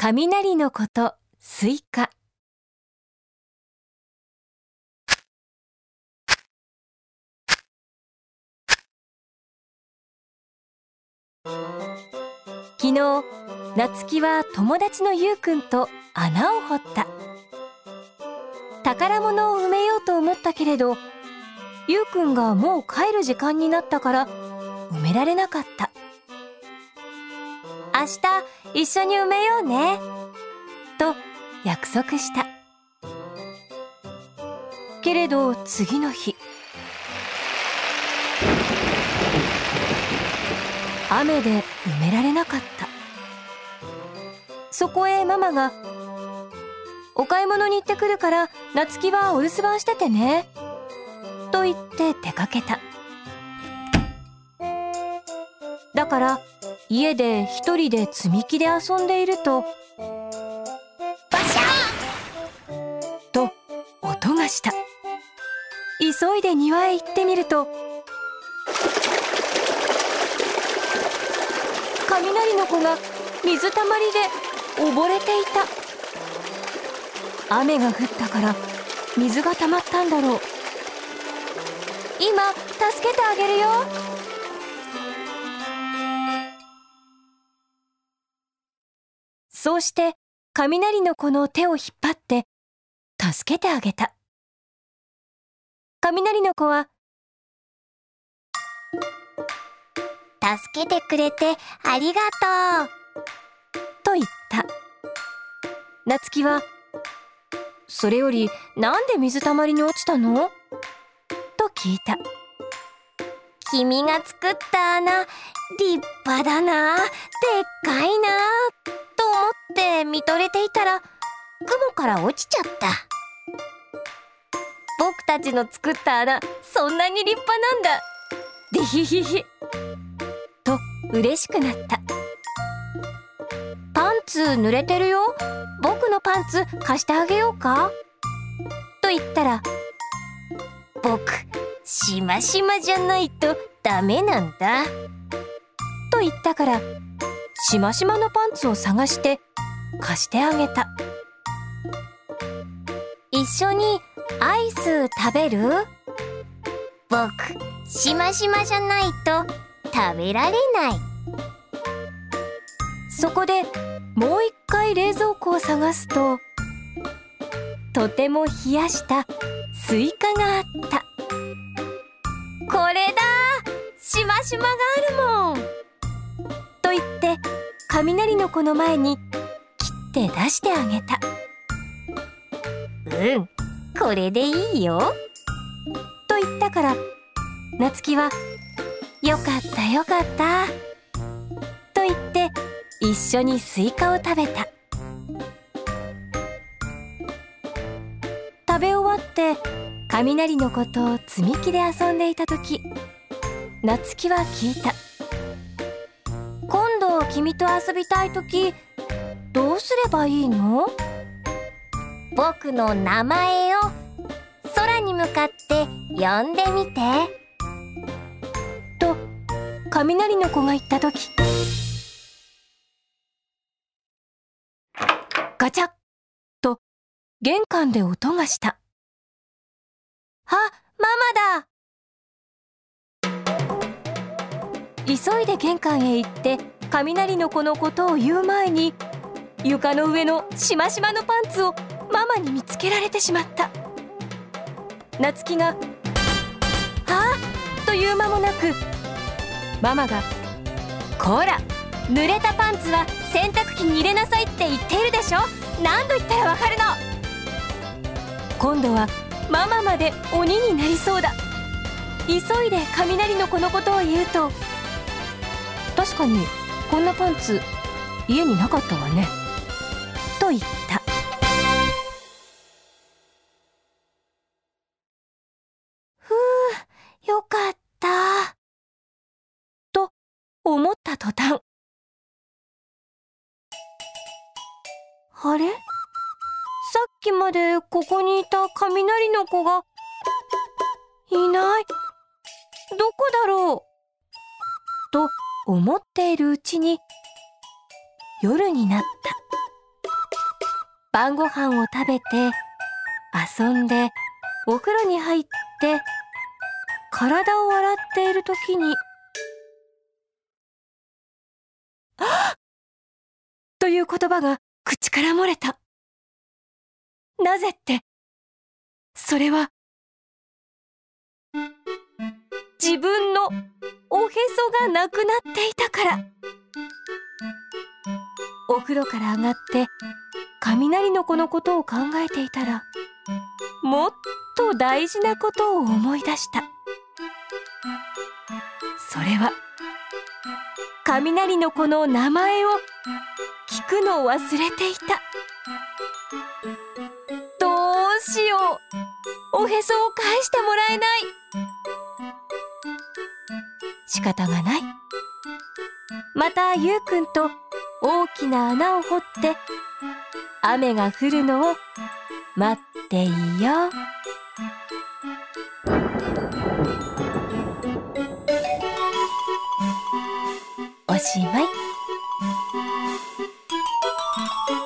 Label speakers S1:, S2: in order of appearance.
S1: 雷の子とスイカ。昨日、夏希は友達のゆうくんと穴を掘った。宝物を埋めようと思ったけれど、ゆうくんがもう帰る時間になったから埋められなかった。明日一緒に埋めようねと約束した。けれど次の日、雨で埋められなかった。そこへママが、お買い物に行ってくるから夏希はお留守番しててねと言って出かけた。だから家で一人で積み木で遊んでいると、バシャーと音がした。急いで庭へ行ってみると、雷の子が水たまりで溺れていた。雨が降ったから水が溜まったんだろう。今助けてあげるよ。そうして雷の子の手を引っ張って助けてあげた。雷の子は、
S2: 助けてくれてありがとう
S1: と言った。夏希は、それよりなんで水たまりに落ちたのと聞いた。
S2: 君が作った穴、立派だな、でっかいなと思って見とれていたら、雲から落ちちゃった。僕たちの作った穴、そんなに立派なんだ。でひひひ
S1: と嬉しくなった。
S2: パンツ濡れてるよ。僕のパンツ貸してあげようかと言ったら、僕、しましまじゃないとダメなんだ
S1: と言ったから、しましまのパンツを探して貸してあげた。
S2: 一緒にアイス食べる？僕、しましまじゃないと食べられない。
S1: そこでもう一回冷蔵庫を探すと、とても冷やしたスイカがあった。
S2: これだ！しましまがあるもん
S1: と言って雷の子の前に切って出してあげた。
S2: これでいいよ
S1: と言ったから、夏希は、よかったよかったと言って一緒にスイカを食べた。食べ終わって雷の子と積み木で遊んでいた時、夏希は聞いた。
S2: 今度君と遊びたい時、どうすればいいの？僕の名前を空に向かって呼んでみて
S1: と雷の子が言った時、ガチャッと玄関で音がした。
S2: あ、ママ
S1: だ。急いで玄関へ行って雷の子のことを言う前に、床の上のしましまのパンツをママに見つけられてしまった。夏希が、はぁという間もなく、ママが、こら、濡れたパンツは洗濯機に入れなさいって言っているでしょ。何度言ったらわかるの。今度はママまで鬼になりそうだ。急いで雷の子のことを言うと、確かにこんなパンツ家になかったわねと言った。
S2: よかった
S1: と思った途端、あれ？さっきまでここにいた雷の子がいない。どこだろうと思っているうちに夜になった。 晩ご飯を食べて遊んでお風呂に入って体を洗っているときにという言葉が口から漏れた。なぜって、それは自分のおへそがなくなっていたから。お風呂から上がって雷の子のことを考えていたら、もっと大事なことを思い出した。それは雷の子の名前を聞くのを忘れていた。どうしよう、おへそを返してもらえない。仕方がない。またゆうくんと大きな穴を掘って雨が降るのを待っていよう。おしまい。